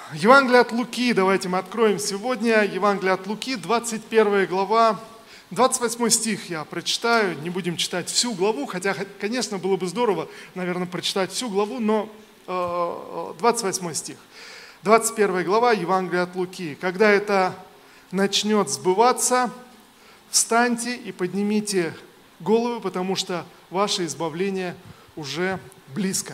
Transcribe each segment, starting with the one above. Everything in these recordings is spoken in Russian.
Евангелие от Луки, давайте мы откроем сегодня. Евангелие от Луки, 21 глава, 28 стих я прочитаю. Не будем читать всю главу, хотя, конечно, было бы здорово, наверное, прочитать всю главу, но 28 стих. 21 глава Евангелия от Луки. Когда это начнет сбываться, встаньте и поднимите головы, потому что ваше избавление уже близко.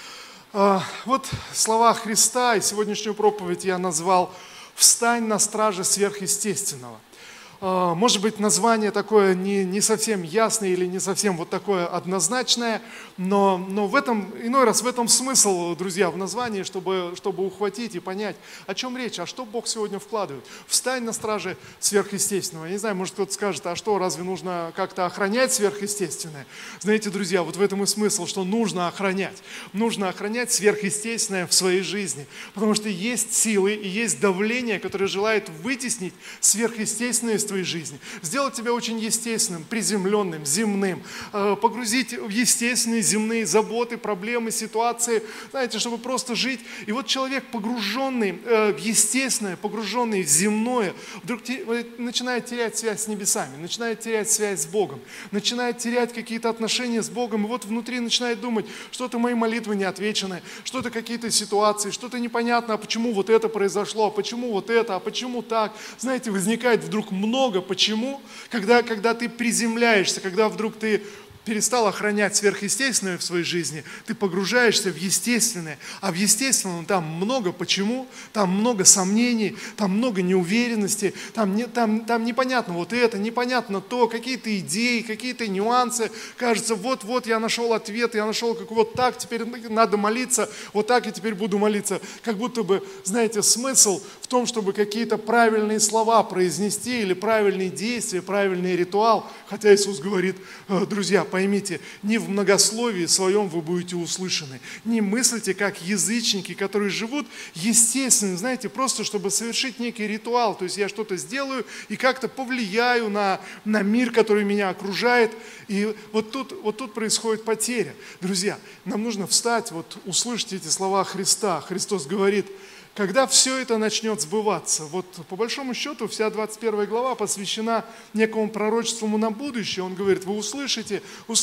Вот слова Христа, и сегодняшнюю проповедь я назвал «Встань на страже сверхъестественного». Может быть, название такое не совсем ясное или не совсем вот такое однозначное, но в этом, иной раз в этом смысл, друзья, в названии, чтобы ухватить и понять, о чем речь, а что Бог сегодня вкладывает. Встань на страже сверхъестественного. Я не знаю, может кто-то скажет, а что, разве нужно как-то охранять сверхъестественное? Знаете, друзья, вот в этом и смысл, что нужно охранять. Нужно охранять сверхъестественное в своей жизни, потому что есть силы и есть давление, которое желает вытеснить сверхъестественное из твоей жизни, сделать тебя очень естественным, приземленным, земным, погрузить в естественные земные заботы, проблемы, ситуации, знаете, чтобы просто жить. И вот человек, погруженный в естественное, погруженный в земное, вдруг начинает терять связь с небесами, начинает терять связь с Богом, начинает терять какие-то отношения с Богом, и вот внутри начинает думать, что-то мои молитвы не отвечены, что-то какие-то ситуации, что-то непонятно, а почему вот это произошло, а почему вот это, а почему так. Знаете, возникает вдруг много почему, когда ты приземляешься, когда вдруг ты перестал охранять сверхъестественное в своей жизни, ты погружаешься в естественное, а в естественном там много почему, там много сомнений, там много неуверенности, там непонятно вот это, непонятно то, какие-то идеи, какие-то нюансы, кажется, вот я нашел ответ, я нашел, как вот так теперь надо молиться, вот так я теперь буду молиться, как будто бы, знаете, смысл в том, чтобы какие-то правильные слова произнести или правильные действия, правильный ритуал, хотя Иисус говорит, друзья, поймите, не в многословии своем вы будете услышаны. Не мыслите, как язычники, которые живут естественно, знаете, просто чтобы совершить некий ритуал. То есть я что-то сделаю и как-то повлияю на мир, который меня окружает. И вот тут происходит потеря. Друзья, нам нужно встать, вот услышать эти слова Христа. Христос говорит, когда все это начнет сбываться, вот по большому счету вся 21 глава посвящена некому пророчеству на будущее. Он говорит, вы услышите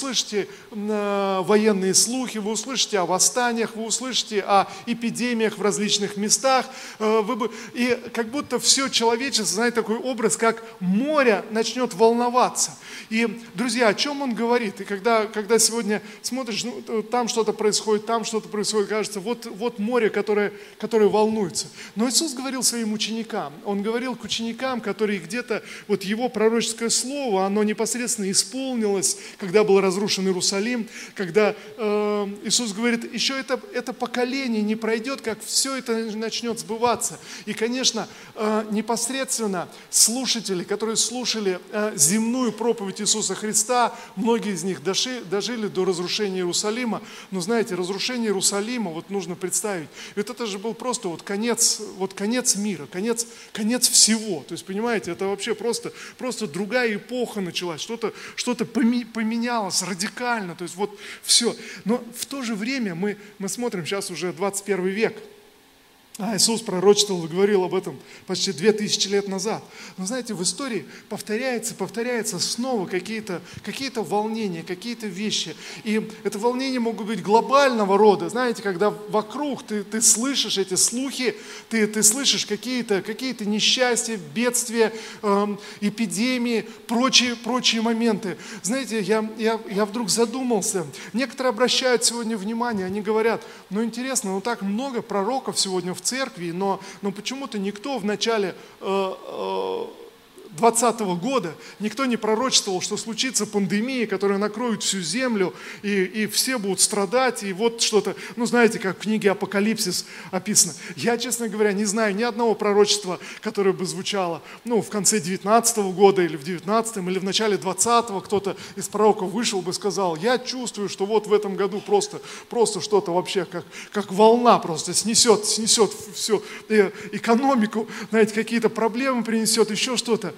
военные слухи, вы услышите о восстаниях, вы услышите о эпидемиях в различных местах. И как будто все человечество, знаете, такой образ, как море начнет волноваться. И, друзья, о чем он говорит? И когда сегодня смотришь, там что-то происходит, кажется, вот море, которое волнует. Но Иисус говорил своим ученикам, Он говорил к ученикам, которые где-то, вот Его пророческое слово, оно непосредственно исполнилось, когда был разрушен Иерусалим, когда Иисус говорит, еще это поколение не пройдет, как все это начнет сбываться. И, конечно, непосредственно слушатели, которые слушали земную проповедь Иисуса Христа, многие из них дожили до разрушения Иерусалима, но знаете, разрушение Иерусалима, вот нужно представить, ведь это же был просто конец мира, конец всего. То есть, понимаете, это вообще просто другая эпоха началась, что-то поменялось радикально, то есть вот все. Но в то же время мы смотрим, сейчас уже 21 век, а Иисус пророчествовал и говорил об этом почти 2000 лет назад. Но знаете, в истории повторяется снова какие-то волнения, какие-то вещи. И это волнения могут быть глобального рода. Знаете, когда вокруг ты слышишь эти слухи, ты слышишь какие-то несчастья, бедствия, эпидемии, прочие моменты. Знаете, я вдруг задумался. Некоторые обращают сегодня внимание, они говорят, интересно, так много пророков сегодня в церкви, но почему-то никто в начале 2020 года, никто не пророчествовал, что случится пандемия, которая накроет всю землю, и все будут страдать, и вот что-то, знаете, как в книге «Апокалипсис» описано. Я, честно говоря, не знаю ни одного пророчества, которое бы звучало, в конце 19 года, или в 19-м, или в начале 20-го кто-то из пророков вышел бы и сказал, я чувствую, что вот в этом году просто что-то вообще, как волна просто снесет всю экономику, знаете, какие-то проблемы принесет, еще что-то.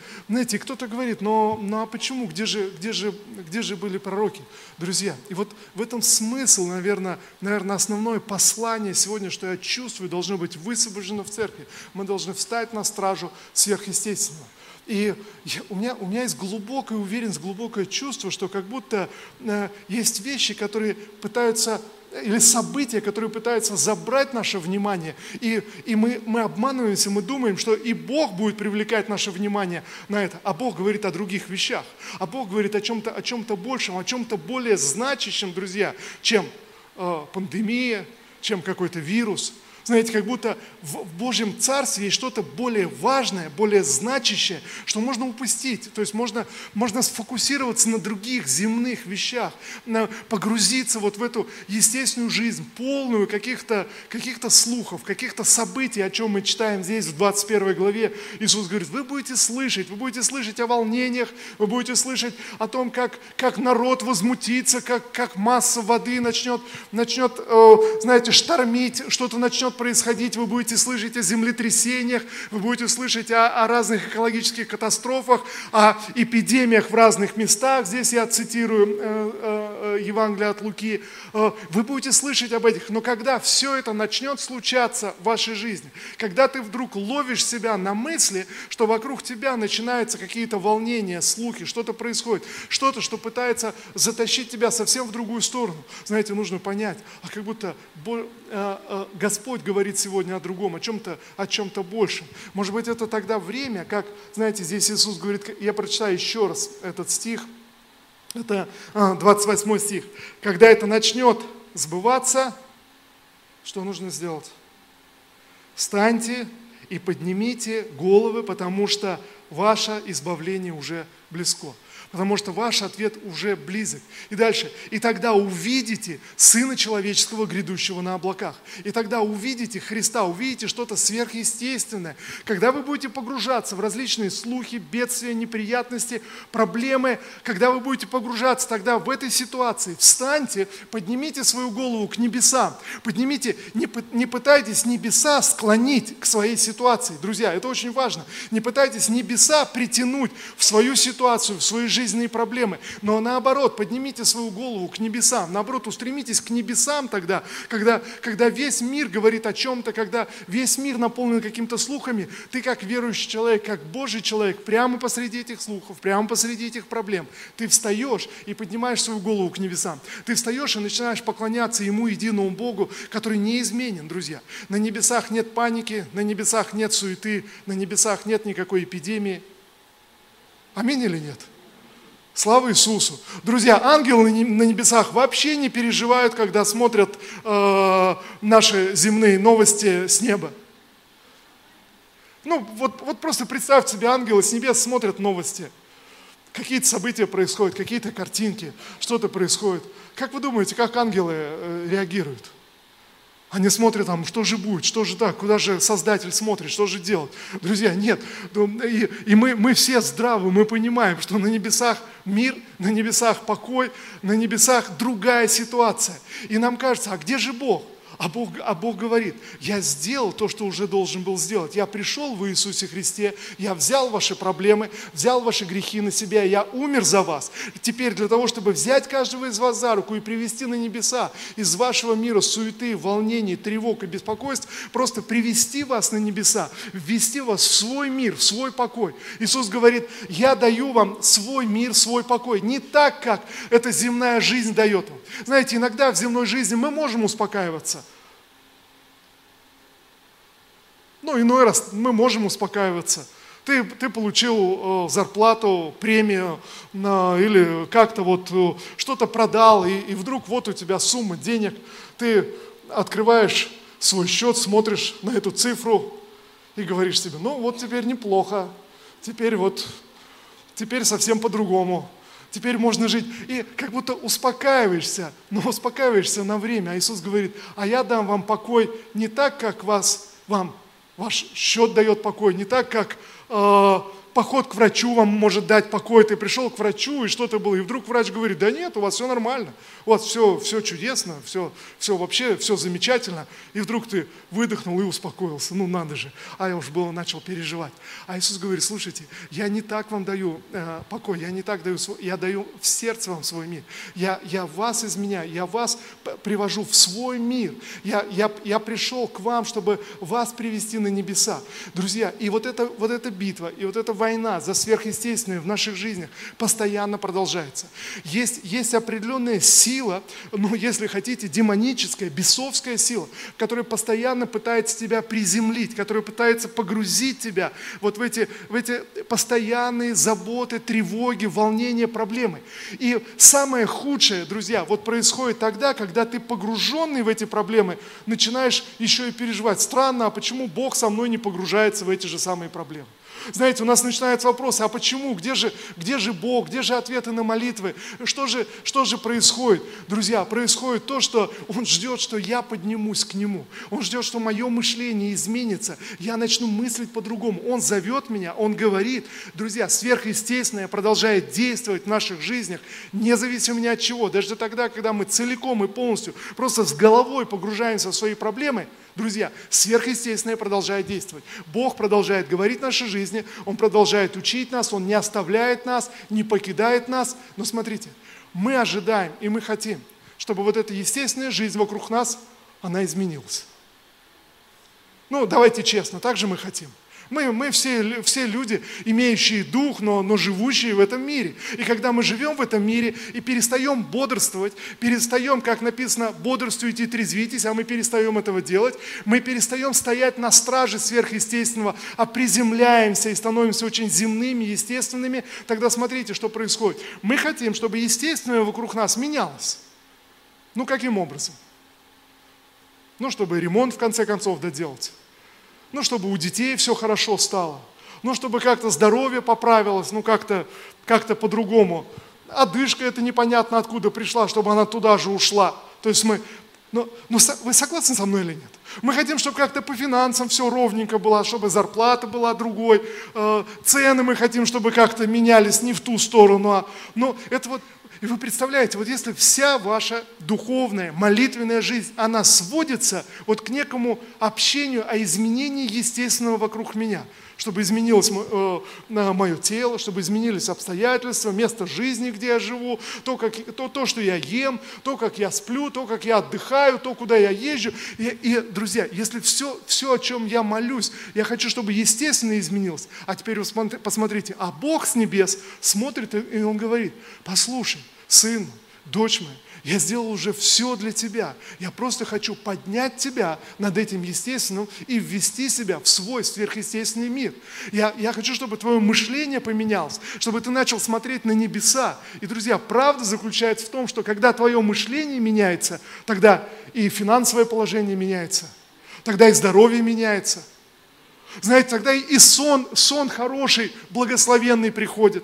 знаете, кто-то говорит, а почему, где же были пророки? Друзья, и вот в этом смысл, наверное, основное послание сегодня, что я чувствую, должно быть высвобождено в церкви. Мы должны встать на стражу сверхъестественного. И у меня есть глубокая уверенность, глубокое чувство, что как будто есть вещи, которые пытаются, или события, которые пытаются забрать наше внимание. И мы обманываемся, мы думаем, что и Бог будет привлекать наше внимание на это. А Бог говорит о других вещах. А Бог говорит о чем-то большем, о чем-то более значащем, друзья, чем пандемия, чем какой-то вирус. Знаете, как будто в Божьем Царстве есть что-то более важное, более значащее, что можно упустить. То есть можно сфокусироваться на других земных вещах, погрузиться вот в эту естественную жизнь, полную каких-то слухов, каких-то событий, о чем мы читаем здесь в 21 главе. Иисус говорит, вы будете слышать о волнениях, вы будете слышать о том, как народ возмутится, как масса воды начнет, знаете, штормить, что-то начнет происходить, вы будете слышать о землетрясениях, вы будете слышать о разных экологических катастрофах, о эпидемиях в разных местах. Здесь я цитирую Евангелие от Луки. Вы будете слышать об этих, но когда все это начнет случаться в вашей жизни, когда ты вдруг ловишь себя на мысли, что вокруг тебя начинаются какие-то волнения, слухи, что-то происходит, что-то, что пытается затащить тебя совсем в другую сторону, знаете, нужно понять, как будто Господь говорит сегодня о другом, о чем-то большем. Может быть, это тогда время, как, знаете, здесь Иисус говорит, я прочитаю еще раз этот стих, это 28 стих. Когда это начнет сбываться, что нужно сделать? Встаньте и поднимите головы, потому что ваше избавление уже близко. Потому что ваш ответ уже близок. И дальше. И тогда увидите Сына Человеческого, грядущего на облаках. И тогда увидите Христа, увидите что-то сверхъестественное. Когда вы будете погружаться в различные слухи, бедствия, неприятности, проблемы, когда вы будете погружаться тогда в этой ситуации, встаньте, поднимите свою голову к небесам. Поднимите, не пытайтесь небеса склонить к своей ситуации. Друзья, это очень важно. Не пытайтесь небеса притянуть в свою ситуацию, в свою жизненные проблемы. Но наоборот, поднимите свою голову к небесам. Наоборот, устремитесь к небесам тогда, когда весь мир говорит о чем-то, когда весь мир наполнен какими-то слухами. Ты как верующий человек, как Божий человек, прямо посреди этих слухов, прямо посреди этих проблем, ты встаешь и поднимаешь свою голову к небесам. Ты встаешь и начинаешь поклоняться Ему, единому Богу, который неизменен, друзья. На небесах нет паники, на небесах нет суеты, на небесах нет никакой эпидемии. Аминь или нет? Слава Иисусу! Друзья, ангелы на небесах вообще не переживают, когда смотрят наши земные новости с неба. Вот просто представьте себе, ангелы с небес смотрят новости. Какие-то события происходят, какие-то картинки, что-то происходит. Как вы думаете, как ангелы реагируют? Они смотрят там, что же будет, что же так, куда же Создатель смотрит, что же делать. Друзья, нет. И мы все здравы, мы понимаем, что на небесах мир, на небесах покой, на небесах другая ситуация. И нам кажется, а где же Бог? А Бог говорит, я сделал то, что уже должен был сделать. Я пришел в Иисусе Христе, я взял ваши проблемы, взял ваши грехи на себя, я умер за вас. И теперь для того, чтобы взять каждого из вас за руку и привести на небеса из вашего мира суеты, волнений, тревог и беспокойств, просто привести вас на небеса, ввести вас в свой мир, в свой покой. Иисус говорит, я даю вам свой мир, свой покой. Не так, как эта земная жизнь дает вам. Знаете, иногда в земной жизни мы можем успокаиваться. Иной раз мы можем успокаиваться. Ты получил зарплату, премию или как-то что-то продал, и вдруг вот у тебя сумма денег. Ты открываешь свой счет, смотришь на эту цифру и говоришь себе, теперь неплохо, теперь совсем по-другому. Теперь можно жить. И как будто успокаиваешься, но успокаиваешься на время. А Иисус говорит, а я дам вам покой не так, как вам ваш счет дает покой, не так, как поход к врачу вам может дать покой, ты пришел к врачу, и что-то было, и вдруг врач говорит: да нет, у вас все нормально, у вас все чудесно, все вообще, все замечательно, и вдруг ты выдохнул и успокоился, ну надо же, а я уж было начал переживать. А Иисус говорит: слушайте, я не так вам даю покой, я не так даю, я даю в сердце вам свой мир, я вас изменяю, я вас привожу в свой мир, я пришел к вам, чтобы вас привести на небеса. Друзья, и вот эта битва, и вот эта война за сверхъестественное в наших жизнях постоянно продолжается. Есть определенная сила, ну, если хотите, демоническая, бесовская сила, которая постоянно пытается тебя приземлить, которая пытается погрузить тебя вот в эти постоянные заботы, тревоги, волнения, проблемы. И самое худшее, друзья, вот происходит тогда, когда ты, погруженный в эти проблемы, начинаешь еще и переживать: странно, а почему Бог со мной не погружается в эти же самые проблемы? Знаете, у нас начинаются вопросы: а почему? Где же Бог? Где же ответы на молитвы? Что же происходит? Друзья, происходит то, что Он ждет, что я поднимусь к Нему. Он ждет, что мое мышление изменится. Я начну мыслить по-другому. Он зовет меня, Он говорит. Друзья, сверхъестественное продолжает действовать в наших жизнях, независимо ни от чего. Даже тогда, когда мы целиком и полностью просто с головой погружаемся в свои проблемы, друзья, сверхъестественное продолжает действовать. Бог продолжает говорить в нашей жизни, Он продолжает учить нас, Он не оставляет нас, не покидает нас. Но смотрите, мы ожидаем и мы хотим, чтобы вот эта естественная жизнь вокруг нас, она изменилась. Ну, давайте честно, так же мы хотим. Мы все люди, имеющие дух, но живущие в этом мире. И когда мы живем в этом мире и перестаем бодрствовать, перестаем, как написано, бодрствуйте и трезвитесь, а мы перестаем этого делать, мы перестаем стоять на страже сверхъестественного, а приземляемся и становимся очень земными, естественными, тогда смотрите, что происходит. Мы хотим, чтобы естественное вокруг нас менялось. Ну, каким образом? Ну, чтобы ремонт в конце концов доделать. Ну, чтобы у детей все хорошо стало. Ну, чтобы как-то здоровье поправилось, ну, как-то по-другому. Одышка это непонятно откуда пришла, чтобы она туда же ушла. То есть вы согласны со мной или нет? Мы хотим, чтобы как-то по финансам все ровненько было, чтобы зарплата была другой. Цены мы хотим, чтобы как-то менялись не в ту сторону. Это вот. И вы представляете, вот если вся ваша духовная, молитвенная жизнь, она сводится вот к некому общению о изменении естественного вокруг меня, чтобы изменилось мое тело, чтобы изменились обстоятельства, место жизни, где я живу, то, что я ем, то, как я сплю, то, как я отдыхаю, то, куда я езжу. И друзья, если все, о чем я молюсь, я хочу, чтобы естественно изменилось. А теперь вы посмотрите, а Бог с небес смотрит, и Он говорит: послушай, сын, дочь моя, я сделал уже все для тебя. Я просто хочу поднять тебя над этим естественным и ввести себя в свой сверхъестественный мир. Я хочу, чтобы твое мышление поменялось, чтобы ты начал смотреть на небеса. И, друзья, правда заключается в том, что когда твое мышление меняется, тогда и финансовое положение меняется, тогда и здоровье меняется. Знаете, тогда и сон хороший, благословенный приходит.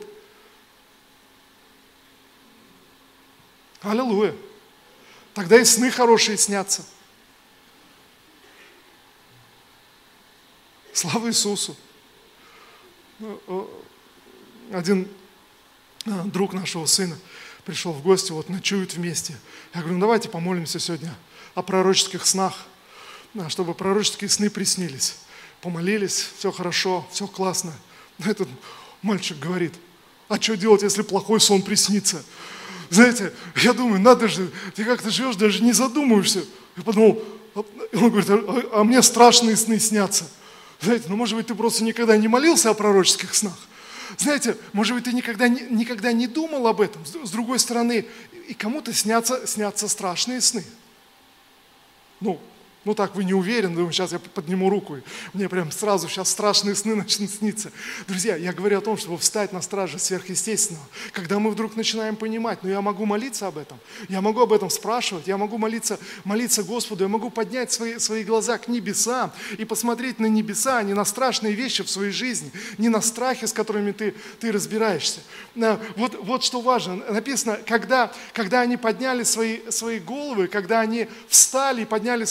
Аллилуйя. Тогда и сны хорошие снятся. Слава Иисусу. Один друг нашего сына пришел в гости, вот ночуют вместе. Я говорю: давайте помолимся сегодня о пророческих снах, чтобы пророческие сны приснились. Помолились, все хорошо, все классно. Но этот мальчик говорит: а что делать, если плохой сон приснится? Знаете, я думаю, надо же, ты как-то живешь, даже не задумываешься. Я подумал, он говорит: а мне страшные сны снятся. Знаете, может быть, ты просто никогда не молился о пророческих снах. Знаете, может быть, ты никогда не думал об этом. С другой стороны, и кому-то снятся страшные сны. Ну так, вы не уверены, думаю, сейчас я подниму руку, и мне прям сразу сейчас страшные сны начнут сниться. Друзья, я говорю о том, чтобы встать на страже сверхъестественного. Когда мы вдруг начинаем понимать, я могу молиться об этом, я могу об этом спрашивать, я могу молиться Господу, я могу поднять свои глаза к небесам и посмотреть на небеса, а не на страшные вещи в своей жизни, не на страхи, с которыми ты разбираешься. Вот что важно. Написано, когда они подняли свои головы, когда они встали и подняли свои головы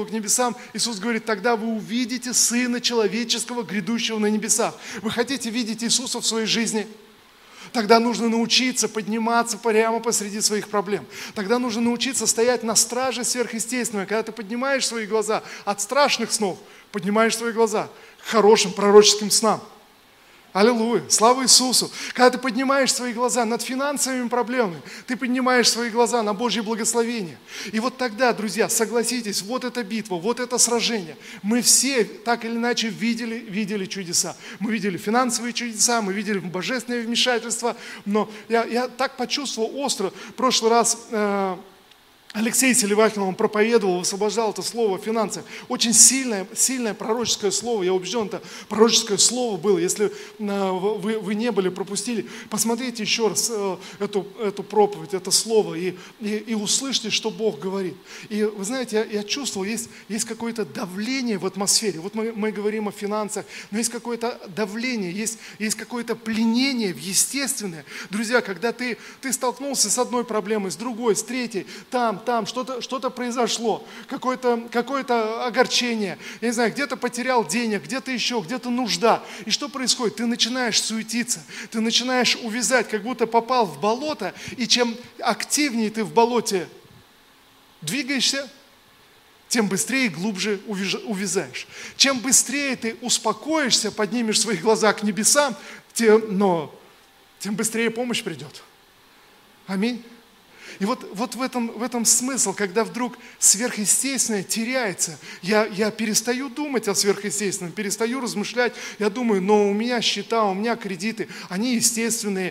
к небесам, Иисус говорит, тогда вы увидите Сына Человеческого, грядущего на небесах. Вы хотите видеть Иисуса в своей жизни? Тогда нужно научиться подниматься прямо посреди своих проблем. Тогда нужно научиться стоять на страже сверхъестественного. Когда ты поднимаешь свои глаза от страшных снов, поднимаешь свои глаза к хорошим пророческим снам. Аллилуйя! Слава Иисусу! Когда ты поднимаешь свои глаза над финансовыми проблемами, ты поднимаешь свои глаза на Божье благословение. И вот тогда, друзья, согласитесь, вот эта битва, вот это сражение. Мы все так или иначе видели чудеса. Мы видели финансовые чудеса, мы видели божественное вмешательство. Но я так почувствовал остро. В прошлый раз Алексей Селивахин, он проповедовал, высвобождал это слово финансы. Очень сильное пророческое слово. Я убежден, это пророческое слово было. Если вы не были, пропустили, посмотрите еще раз эту проповедь, это слово, и услышьте, что Бог говорит. И вы знаете, я чувствовал, есть какое-то давление в атмосфере. Вот мы говорим о финансах, но есть какое-то давление, есть какое-то пленение в естественное. Друзья, когда ты столкнулся с одной проблемой, с другой, с третьей, там что-то произошло, какое-то огорчение, я не знаю, где-то потерял денег, где-то еще, где-то нужда. И что происходит? Ты начинаешь суетиться, ты начинаешь увязать, как будто попал в болото, и чем активнее ты в болоте двигаешься, тем быстрее и глубже увязаешь. Чем быстрее ты успокоишься, поднимешь свои глаза к небесам, тем быстрее помощь придет. Аминь. И вот в этом смысл, когда вдруг сверхъестественное теряется, я перестаю думать о сверхъестественном, перестаю размышлять, я думаю, но у меня счета, у меня кредиты, они естественные,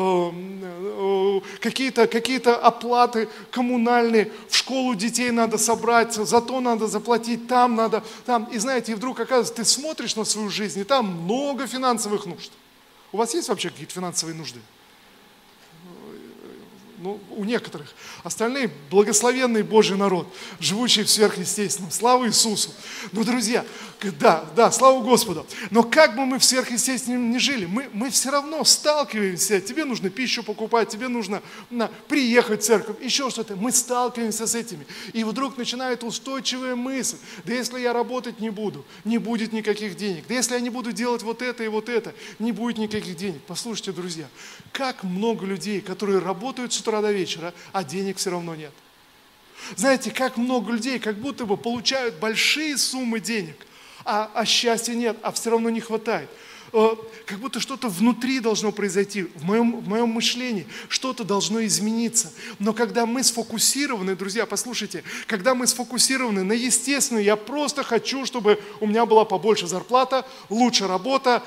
какие-то оплаты коммунальные, в школу детей надо собрать, за то надо заплатить, там. И знаете, и вдруг оказывается, ты смотришь на свою жизнь, и там много финансовых нужд. У вас есть вообще какие-то финансовые нужды? У некоторых. Остальные – благословенный Божий народ, живущий в сверхъестественном. Слава Иисусу! Но, друзья, да, слава Господу. Но как бы мы в сверхъестественном ни жили, мы все равно сталкиваемся. Тебе нужно пищу покупать, тебе нужно приехать в церковь, еще что-то. Мы сталкиваемся с этими. И вдруг начинает устойчивая мысль. Да если я работать не буду, не будет никаких денег. Да если я не буду делать вот это и вот это, не будет никаких денег. Послушайте, друзья, как много людей, которые работают с утра до вечера, а денег все равно нет. Знаете, как много людей как будто бы получают большие суммы денег, а счастья нет, а все равно не хватает. Как будто что-то внутри должно произойти, в моем мышлении что-то должно измениться. Но когда мы сфокусированы, друзья, послушайте, когда мы сфокусированы на естественном, я просто хочу, чтобы у меня была побольше зарплата, лучше работа,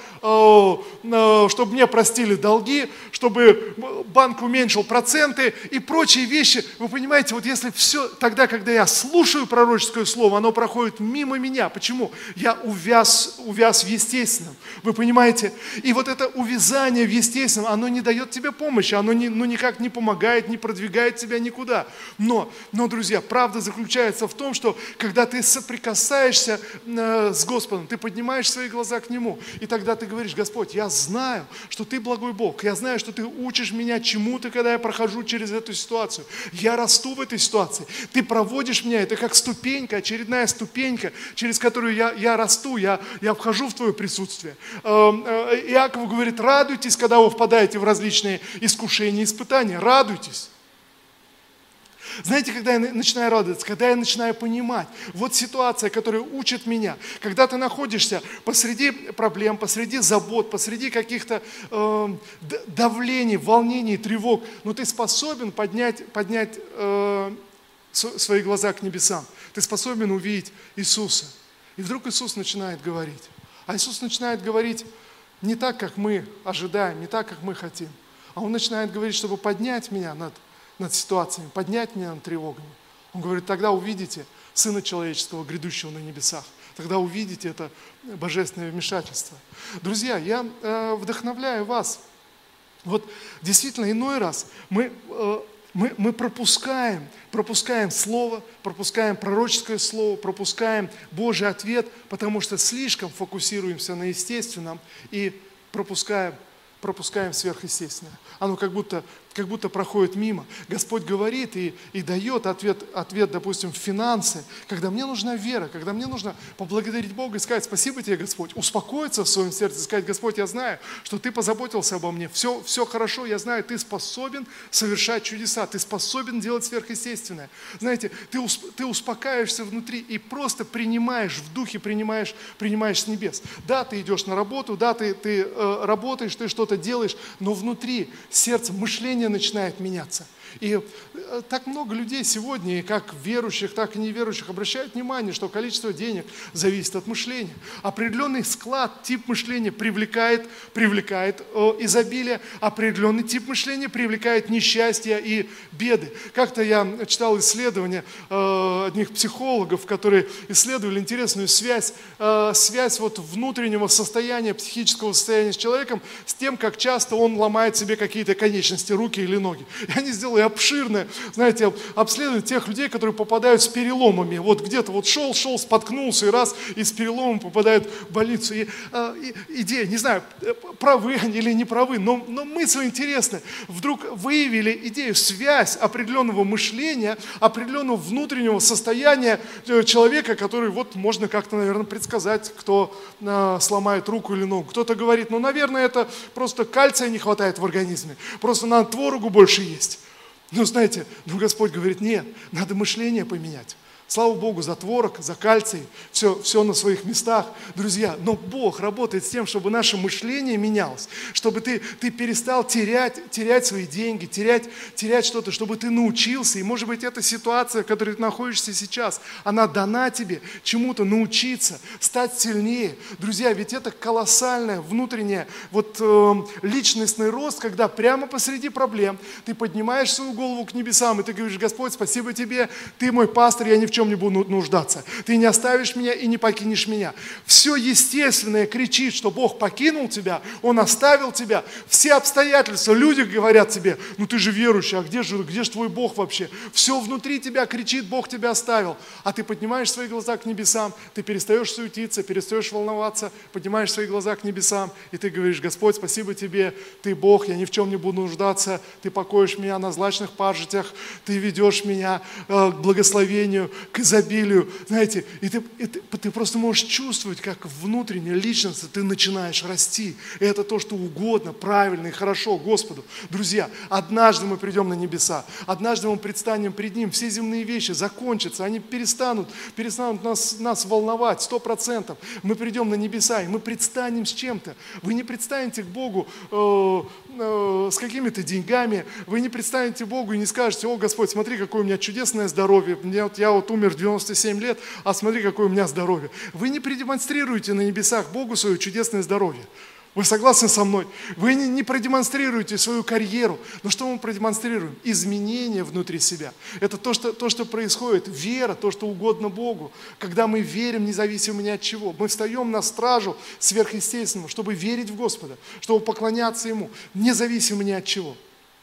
чтобы мне простили долги, чтобы банк уменьшил проценты и прочие вещи. Вы понимаете, вот если все, тогда, когда я слушаю пророческое слово, оно проходит мимо меня. Почему? Я увяз в естественном. Вы понимаете? И вот это увязание в естественном, оно не дает тебе помощи, оно никак не помогает, не продвигает тебя никуда. Но, друзья, правда заключается в том, что когда ты соприкасаешься с Господом, ты поднимаешь свои глаза к Нему, и тогда ты говоришь: Господь, я знаю, что Ты благой Бог, я знаю, что Ты учишь меня чему-то, когда я прохожу через эту ситуацию. Я расту в этой ситуации. Ты проводишь меня, это как ступенька, очередная ступенька, через которую я расту, я вхожу в Твое присутствие. Иаков говорит: радуйтесь, когда вы впадаете в различные искушения, испытания. Радуйтесь. Знаете, когда я начинаю радоваться? Когда я начинаю понимать. Вот ситуация, которая учит меня. Когда ты находишься посреди проблем, посреди забот, посреди каких-то давлений, волнений, тревог, но ты способен поднять свои глаза к небесам. Ты способен увидеть Иисуса. И вдруг Иисус начинает говорить. А Иисус начинает говорить не так, как мы ожидаем, не так, как мы хотим. А Он начинает говорить, чтобы поднять меня над ситуациями, поднять меня над тревогами. Он говорит: тогда увидите Сына Человеческого, грядущего на небесах. Тогда увидите это божественное вмешательство. Друзья, я вдохновляю вас. Вот действительно, иной раз мы пропускаем слово, пропускаем пророческое слово, пропускаем Божий ответ, потому что слишком фокусируемся на естественном и пропускаем сверхъестественное. Оно как будто как будто проходит мимо. Господь говорит и дает ответ, допустим, в финансы, когда мне нужна вера, когда мне нужно поблагодарить Бога и сказать: спасибо тебе, Господь, успокоиться в своем сердце, сказать: Господь, я знаю, что ты позаботился обо мне, все хорошо, я знаю, ты способен совершать чудеса, ты способен делать сверхъестественное. Знаете, ты успокаиваешься внутри и просто принимаешь в духе, принимаешь с небес. Да, ты идешь на работу, да, ты работаешь, ты что-то делаешь, но внутри сердце, мышление начинает меняться. И так много людей сегодня, и как верующих, так и неверующих, обращают внимание, что количество денег зависит от мышления. Определенный склад, тип мышления привлекает изобилие, определенный тип мышления привлекает несчастье и беды. Как-то я читал исследования одних психологов, которые исследовали интересную связь вот внутреннего состояния, психического состояния с человеком с тем, как часто он ломает себе какие-то конечности, руки или ноги. И они сделали обширное, знаете, обследование тех людей, которые попадают с переломами. Вот где-то вот шел, споткнулся и с переломом попадают в больницу. И идея, не знаю, правы они или не правы, но мысль интересная. Вдруг выявили идею, связь определенного мышления, определенного внутреннего состояния человека, который вот можно как-то, наверное, предсказать, кто сломает руку или ногу. Кто-то говорит: ну, наверное, это просто кальция не хватает в организме, просто надо творогу больше есть. Ну, знаете, Господь говорит: нет, надо мышление поменять. Слава Богу за творог, за кальций, все на своих местах, друзья. Но Бог работает с тем, чтобы наше мышление менялось, чтобы ты перестал терять свои деньги, терять что-то, чтобы ты научился. И, может быть, эта ситуация, в которой ты находишься сейчас, она дана тебе чему-то научиться, стать сильнее. Друзья, ведь это колоссальное внутреннее личностный рост, когда прямо посреди проблем ты поднимаешь свою голову к небесам, и ты говоришь: Господь, спасибо тебе, ты мой пастор, я ни в чем не буду нуждаться. Ты не оставишь меня и не покинешь меня. Все естественное кричит, что Бог покинул тебя, Он оставил тебя. Все обстоятельства, люди говорят тебе: ну ты же верующий, а где же твой Бог вообще? Все внутри тебя кричит: Бог тебя оставил. А ты поднимаешь свои глаза к небесам, ты перестаешь суетиться, перестаешь волноваться, поднимаешь свои глаза к небесам, и ты говоришь: Господь, спасибо тебе, ты Бог, я ни в чем не буду нуждаться, ты покоишь меня на злачных пажитях, ты ведешь меня к благословению, к изобилию, знаете, и ты просто можешь чувствовать, как внутренне, личностно ты начинаешь расти. И это то, что угодно, правильно и хорошо Господу. Друзья, однажды мы придем на небеса, однажды мы предстанем пред Ним, все земные вещи закончатся, они перестанут нас волновать 100%. Мы придем на небеса, и мы предстанем с чем-то. Вы не предстанете к Богу с какими-то деньгами, вы не предстанете Богу и не скажете: о, Господь, смотри, какое у меня чудесное здоровье, я умер в 97 лет, а смотри, какое у меня здоровье. Вы не продемонстрируете на небесах Богу свое чудесное здоровье. Вы согласны со мной? Вы не продемонстрируете свою карьеру. Но что мы продемонстрируем? Изменения внутри себя. Это то, что происходит. Вера, то, что угодно Богу. Когда мы верим, независимо ни от чего. Мы встаем на стражу сверхъестественного, чтобы верить в Господа, чтобы поклоняться Ему, независимо ни от чего.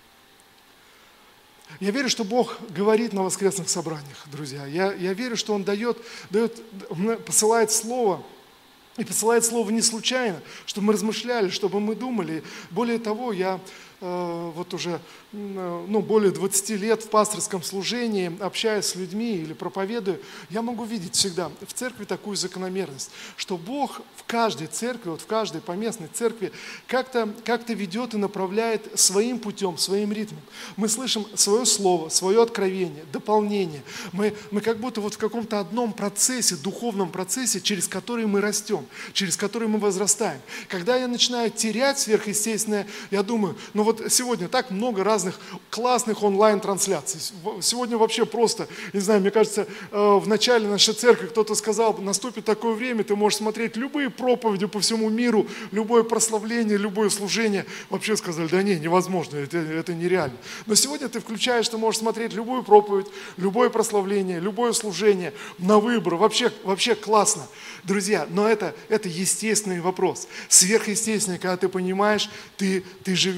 Я верю, что Бог говорит на воскресных собраниях, друзья. Я верю, что Он посылает Слово. И посылает Слово не случайно, чтобы мы размышляли, чтобы мы думали. Более того, я уже более 20 лет в пасторском служении, общаясь с людьми или проповедуя, я могу видеть всегда в церкви такую закономерность, что Бог в каждой церкви, в каждой поместной церкви как-то ведет и направляет своим путем, своим ритмом. Мы слышим свое слово, свое откровение, дополнение. Мы как будто в каком-то одном процессе, духовном процессе, через который мы растем, через который мы возрастаем. Когда я начинаю терять сверхъестественное, я думаю: сегодня так много разных классных онлайн-трансляций. Сегодня вообще просто, не знаю, мне кажется, в начале нашей церкви кто-то сказал: наступит такое время, ты можешь смотреть любые проповеди по всему миру, любое прославление, любое служение. Вообще сказали: да не, невозможно, это нереально. Но сегодня ты включаешь, ты можешь смотреть любую проповедь, любое прославление, любое служение на выбор. Вообще классно. Друзья, но это естественный вопрос. Сверхъестественный, когда ты понимаешь, ты живешь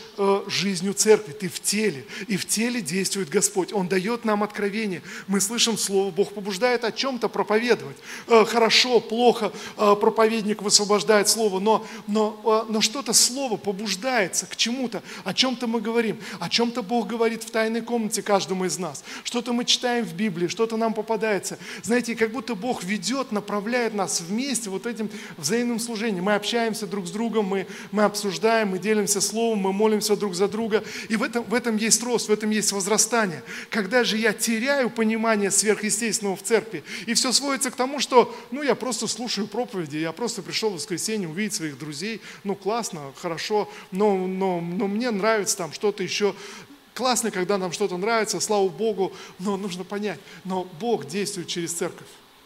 жизнью церкви, ты в теле, и в теле действует Господь. Он дает нам откровение. Мы слышим Слово, Бог побуждает о чем-то проповедовать. Хорошо, плохо, проповедник высвобождает Слово, но что-то Слово побуждается к чему-то, о чем-то мы говорим, о чем-то Бог говорит в тайной комнате каждому из нас. Что-то мы читаем в Библии, что-то нам попадается. Знаете, как будто Бог ведет, направляет нас вместе вот этим взаимным служением. Мы общаемся друг с другом, мы обсуждаем, мы делимся Словом, мы молимся друг за друга. И в этом есть рост, в этом есть возрастание. Когда же я теряю понимание сверхъестественного в церкви, и все сводится к тому, что я просто слушаю проповеди, я просто пришел в воскресенье увидеть своих друзей, классно, хорошо, но мне нравится там что-то еще. Классно, когда нам что-то нравится, слава Богу, но нужно понять, но Бог действует через церковь.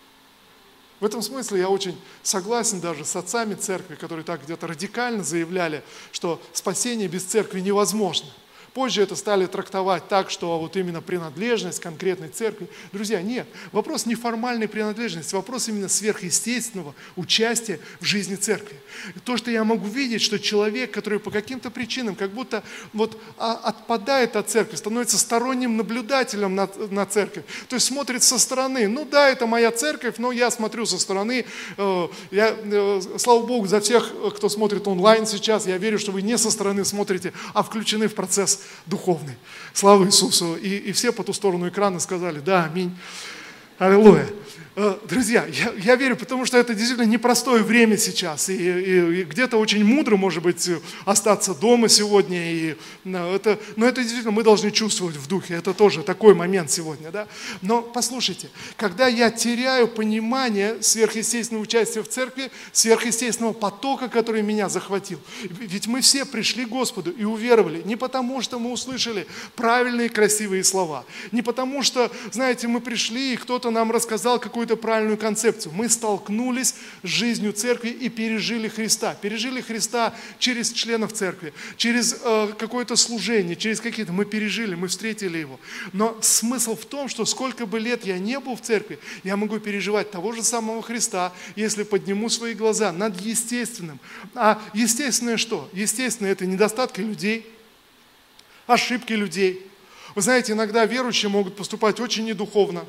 В этом смысле я очень согласен даже с отцами церкви, которые так где-то радикально заявляли, что спасение без церкви невозможно. Позже это стали трактовать так, что вот именно принадлежность конкретной церкви. Друзья, нет, вопрос не формальной принадлежности, вопрос именно сверхъестественного участия в жизни церкви. То, что я могу видеть, что человек, который по каким-то причинам как будто отпадает от церкви, становится сторонним наблюдателем на церковь, то есть смотрит со стороны. Да, это моя церковь, но я смотрю со стороны. Слава Богу за всех, кто смотрит онлайн сейчас, я верю, что вы не со стороны смотрите, а включены в процесс духовный. Слава Иисусу. И все по ту сторону экрана сказали: да, аминь. Аллилуйя. Друзья, я верю, потому что это действительно непростое время сейчас, и где-то очень мудро, может быть, остаться дома сегодня, но это действительно мы должны чувствовать в духе, это тоже такой момент сегодня, да? Но послушайте, когда я теряю понимание сверхъестественного участия в церкви, сверхъестественного потока, который меня захватил, ведь мы все пришли к Господу и уверовали не потому, что мы услышали правильные красивые слова, не потому что, знаете, мы пришли и кто-то нам рассказал какую-то правильную концепцию. Мы столкнулись с жизнью церкви и пережили Христа. Пережили Христа через членов церкви, через какое-то служение, через какие-то. Мы пережили, мы встретили Его. Но смысл в том, что сколько бы лет я не был в церкви, я могу переживать того же самого Христа, если подниму свои глаза над естественным. А естественное что? Естественное – это недостатки людей, ошибки людей. Вы знаете, иногда верующие могут поступать очень недуховно.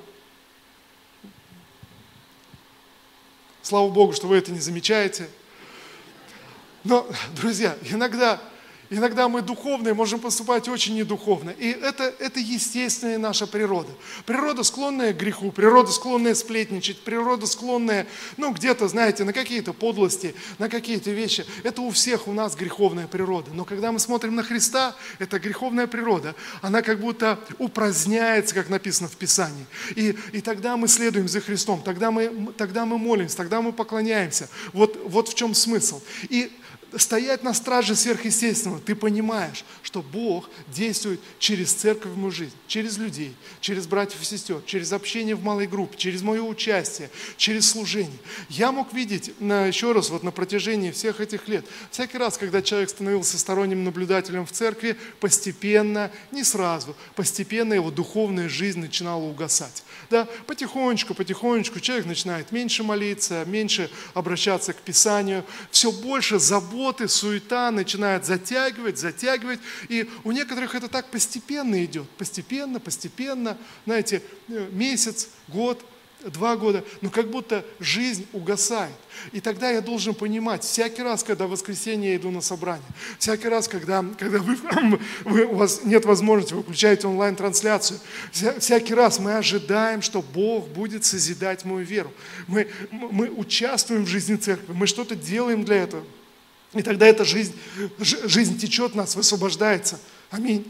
Слава Богу, что вы это не замечаете. Но, друзья, иногда мы духовные можем поступать очень недуховно. И это естественная наша природа. Природа, склонная к греху, природа, склонная сплетничать, природа, склонная, где-то, знаете, на какие-то подлости, на какие-то вещи. Это у всех у нас греховная природа. Но когда мы смотрим на Христа, эта греховная природа, она как будто упраздняется, как написано в Писании. И тогда мы следуем за Христом, тогда мы молимся, тогда мы поклоняемся. Вот в чем смысл. И стоять на страже сверхъестественного, ты понимаешь, что Бог действует через церковь в мою жизнь, через людей, через братьев и сестер, через общение в малой группе, через мое участие, через служение. Я мог видеть, еще раз, на протяжении всех этих лет, всякий раз, когда человек становился сторонним наблюдателем в церкви, постепенно, не сразу, постепенно его духовная жизнь начинала угасать. Да, потихонечку человек начинает меньше молиться, меньше обращаться к Писанию, все больше заботы, суета начинает затягивать, и у некоторых это так постепенно идет, постепенно, знаете, месяц, год, 2 года, но как будто жизнь угасает. И тогда я должен понимать, всякий раз, когда в воскресенье я иду на собрание, всякий раз, когда у вас нет возможности, вы включаете онлайн-трансляцию, всякий раз мы ожидаем, что Бог будет созидать мою веру. Мы участвуем в жизни церкви, мы что-то делаем для этого. И тогда эта жизнь течет в нас, высвобождается. Аминь.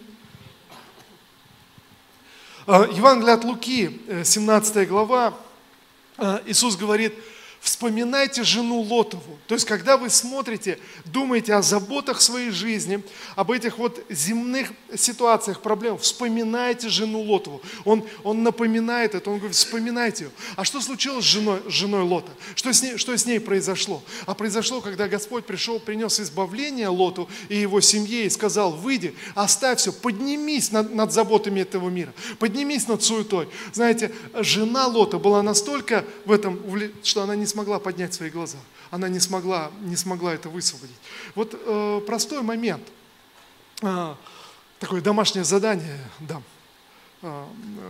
Евангелие от Луки, 17 глава, Иисус говорит: вспоминайте жену Лотову. То есть, когда вы смотрите, думаете о заботах своей жизни, об этих земных ситуациях, проблемах, вспоминайте жену Лотову. Он напоминает это, он говорит: вспоминайте ее. А что случилось с женой Лота? Что с ней произошло? А произошло, когда Господь пришел, принес избавление Лоту и его семье и сказал: выйди, оставь все, поднимись над заботами этого мира, поднимись над суетой. Знаете, жена Лота была настолько в этом, что она не смогла поднять свои глаза. Она не смогла это высвободить. Простой момент. а, такое домашнее задание дам. А,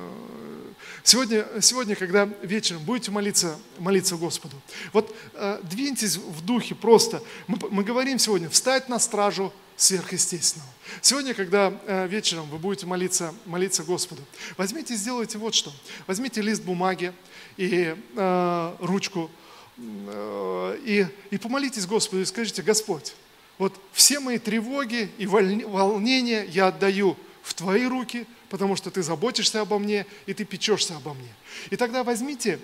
Сегодня, когда вечером будете молиться Господу, вот двиньтесь в духе просто. Мы говорим сегодня встать на стражу сверхъестественного. Сегодня, когда вечером вы будете молиться Господу, возьмите и сделайте вот что. Возьмите лист бумаги и ручку, и помолитесь Господу, и скажите: Господь, вот все мои тревоги и волнения я отдаю в Твои руки, потому что Ты заботишься обо мне, и Ты печешься обо мне. И тогда возьмите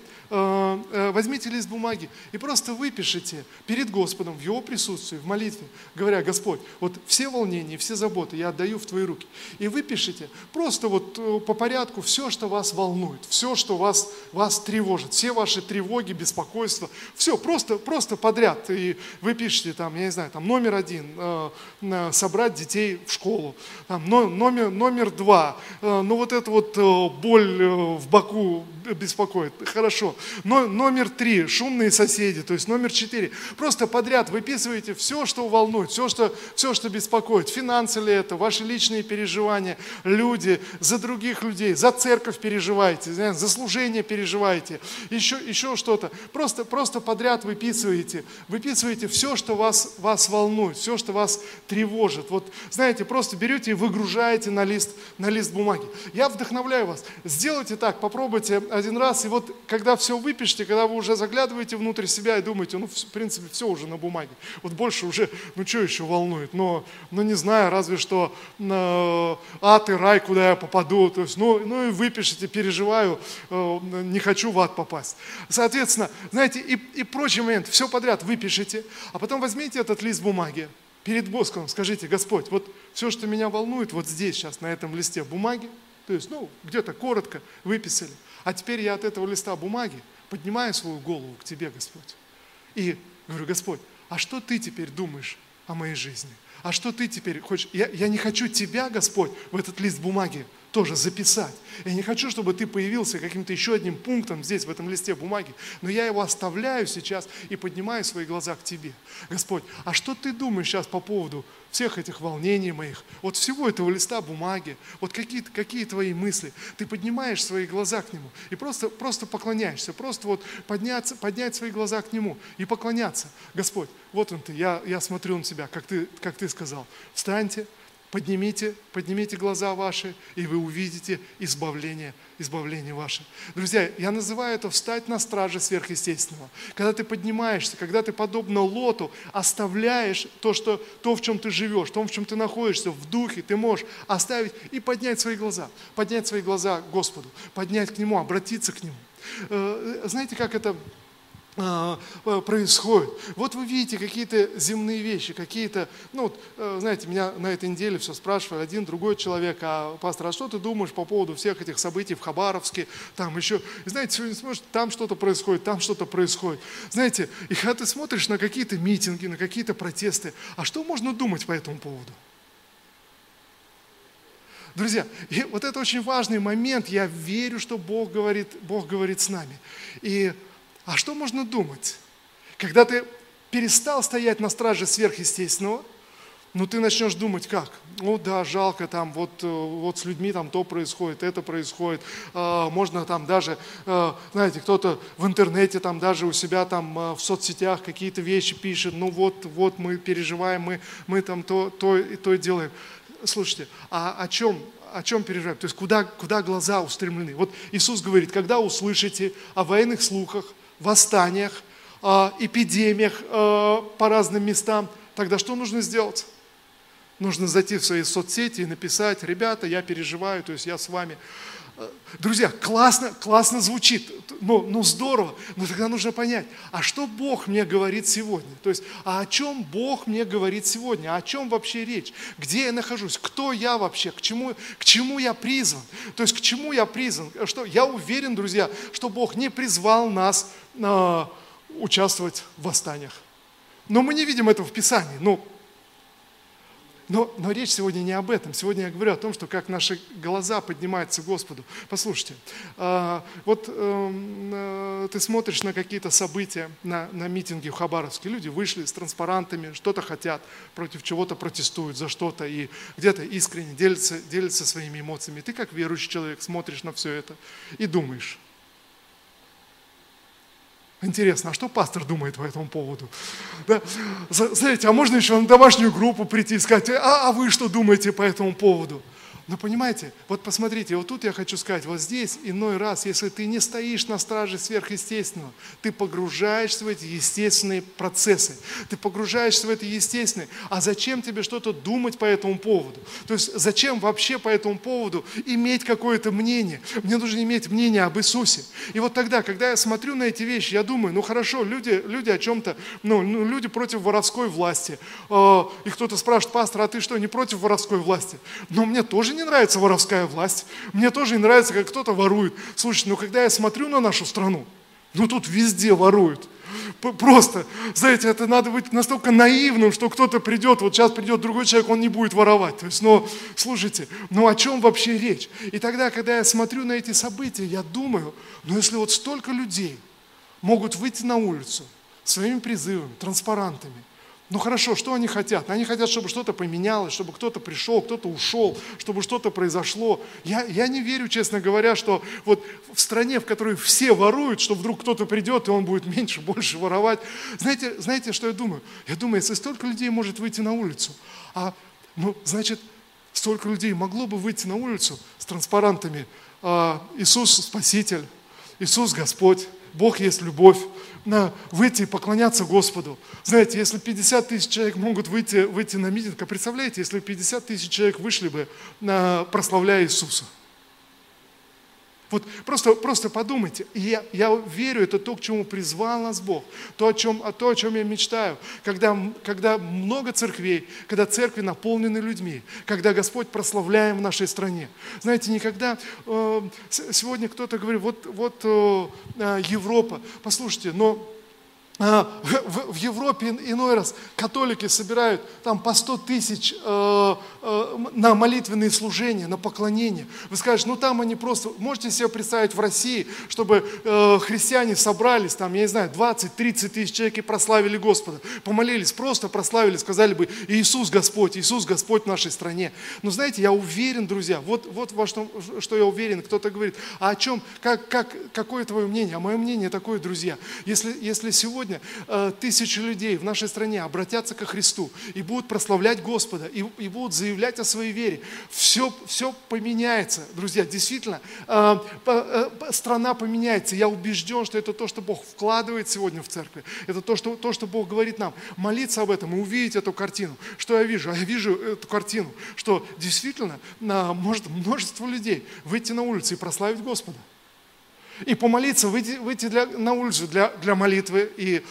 лист бумаги и просто выпишите перед Господом в Его присутствии, в молитве, говоря: Господь, вот все волнения, все заботы я отдаю в Твои руки. И выпишите просто вот по порядку все, что вас волнует, все, что вас тревожит, все ваши тревоги, беспокойства, все, просто подряд. И вы пишете там, я не знаю, там номер 1, собрать детей в школу, там, номер 2, ну вот это вот боль в боку беспокоит, хорошо. Номер 3, шумные соседи, то есть номер 4. Просто подряд выписываете все, что волнует, все, что беспокоит. Финансы ли это, ваши личные переживания, люди, за других людей, за церковь переживаете, за служение переживаете, еще что-то. Просто подряд выписываете все, что вас волнует, все, что вас тревожит. Вот, знаете, просто берете и выгружаете на лист бумаги. Я вдохновляю вас. Сделайте так, попробуйте один раз, и вот когда все выпишете, когда вы уже заглядываете внутрь себя и думаете: ну, в принципе, все уже на бумаге. Вот больше уже, ну, что еще волнует? Но не знаю, разве что ад и рай, куда я попаду. То есть, ну и выпишите: переживаю, не хочу в ад попасть. Соответственно, знаете, и прочий момент, все подряд выпишите, а потом возьмите этот лист бумаги, перед Господом скажите: Господь, вот все, что меня волнует, вот здесь сейчас, на этом листе бумаги, то есть, где-то коротко выписали. А теперь я от этого листа бумаги поднимаю свою голову к Тебе, Господь. И говорю: Господь, а что Ты теперь думаешь о моей жизни? А что Ты теперь хочешь? Я не хочу Тебя, Господь, в этот лист бумаги тоже записать. Я не хочу, чтобы Ты появился каким-то еще одним пунктом здесь, в этом листе бумаги, но я его оставляю сейчас и поднимаю свои глаза к Тебе. Господь, а что Ты думаешь сейчас по поводу всех этих волнений моих, вот всего этого листа бумаги, вот какие Твои мысли? Ты поднимаешь свои глаза к Нему и просто поклоняешься, просто вот поднять свои глаза к Нему и поклоняться. Господь, вот Он Ты, я смотрю на Тебя, как Ты сказал. Встаньте, поднимите глаза ваши, и вы увидите избавление ваше. Друзья, я называю это встать на страже сверхъестественного. Когда ты поднимаешься, когда ты подобно Лоту оставляешь то, в чем ты живешь, в том, в чем ты находишься, в духе, ты можешь оставить и поднять свои глаза к Господу, поднять к Нему, обратиться к Нему. Знаете, как это происходит? Вот вы видите какие-то земные вещи, какие-то, знаете, меня на этой неделе все спрашивали один, другой человек: а пастор, а что ты думаешь по поводу всех этих событий в Хабаровске, там еще, знаете, сегодня смотришь, там что-то происходит. Знаете, и когда ты смотришь на какие-то митинги, на какие-то протесты, а что можно думать по этому поводу? Друзья, и вот это очень важный момент. Я верю, что Бог говорит с нами. А что можно думать? Когда ты перестал стоять на страже сверхъестественного, ты начнешь думать как? Да, жалко, там вот с людьми там то происходит, это происходит. Можно там даже, знаете, кто-то в интернете там даже у себя там в соцсетях какие-то вещи пишет. Вот мы переживаем, мы там то и делаем. Слушайте, а о чем переживаем? То есть куда глаза устремлены? Вот Иисус говорит: когда услышите о военных слухах, восстаниях, эпидемиях по разным местам, тогда что нужно сделать? Нужно зайти в свои соцсети и написать: ребята, я переживаю, то есть я с вами. Друзья, классно звучит, здорово, но тогда нужно понять, а что Бог мне говорит сегодня? То есть, о чем Бог мне говорит сегодня? О чем вообще речь? Где я нахожусь? Кто я вообще? К чему я призван? То есть, к чему я призван? Я уверен, друзья, что Бог не призвал нас участвовать в восстаниях. Но мы не видим этого в Писании. Но речь сегодня не об этом. Сегодня я говорю о том, что как наши глаза поднимаются к Господу. Послушайте, ты смотришь на какие-то события, на митинги в Хабаровске. Люди вышли с транспарантами, что-то хотят, против чего-то протестуют, за что-то, и где-то искренне делятся своими эмоциями. Ты как верующий человек смотришь на все это и думаешь: интересно, а что пастор думает по этому поводу? Да? Знаете, а можно еще на домашнюю группу прийти и сказать: а вы что думаете по этому поводу? Но понимаете, вот посмотрите, вот тут я хочу сказать, вот здесь иной раз, если ты не стоишь на страже сверхъестественного, ты погружаешься в эти естественные процессы, ты погружаешься в эти естественные. А зачем тебе что-то думать по этому поводу? То есть зачем вообще по этому поводу иметь какое-то мнение? Мне нужно иметь мнение об Иисусе. И вот тогда, когда я смотрю на эти вещи, я думаю: ну хорошо, люди о чем-то, люди против воровской власти. И кто-то спрашивает: пастор, а ты что, не против воровской власти? Но мне тоже не нравится воровская власть. Мне тоже не нравится, как кто-то ворует. Слушайте, когда я смотрю на нашу страну, тут везде воруют. Просто, знаете, это надо быть настолько наивным, что кто-то придет, вот сейчас придет другой человек, он не будет воровать. То есть, слушайте, о чем вообще речь? И тогда, когда я смотрю на эти события, я думаю: если вот столько людей могут выйти на улицу своими призывами, транспарантами, хорошо, что они хотят? Они хотят, чтобы что-то поменялось, чтобы кто-то пришел, кто-то ушел, чтобы что-то произошло. Я не верю, честно говоря, что вот в стране, в которой все воруют, что вдруг кто-то придет, и он будет меньше, больше воровать. Знаете, что я думаю? Я думаю, если столько людей может выйти на улицу, значит, столько людей могло бы выйти на улицу с транспарантами: Иисус Спаситель, Иисус Господь, Бог есть любовь, выйти и поклоняться Господу. Знаете, если 50 тысяч человек могут выйти на митинг, а представляете, если 50 тысяч человек вышли бы, прославляя Иисуса? Вот просто подумайте. И я верю, это то, к чему призвал нас Бог. То, о чем я мечтаю. Когда много церквей, когда церкви наполнены людьми, когда Господь прославляем в нашей стране. Знаете, никогда... Сегодня кто-то говорит: вот Европа. Послушайте, в Европе иной раз католики собирают там по 100 тысяч на молитвенные служения, на поклонение. Вы скажете: там они просто... Можете себе представить в России, чтобы христиане собрались, там, я не знаю, 20-30 тысяч человек и прославили Господа. Помолились, просто прославили, сказали бы: Иисус Господь в нашей стране. Но знаете, я уверен, друзья, вот во что я уверен. Кто-то говорит: а о чем, какое твое мнение? А мое мнение такое, друзья, если сегодня тысячи людей в нашей стране обратятся ко Христу и будут прославлять Господа, и будут заявлять о своей вере, все поменяется, друзья, действительно, страна поменяется. Я убежден, что это то, что Бог вкладывает сегодня в церкви, это то, что Бог говорит нам, молиться об этом и увидеть эту картину. Что я вижу? А я вижу эту картину, что действительно может множество людей выйти на улицу и прославить Господа. И помолиться, выйти на улицу для молитвы и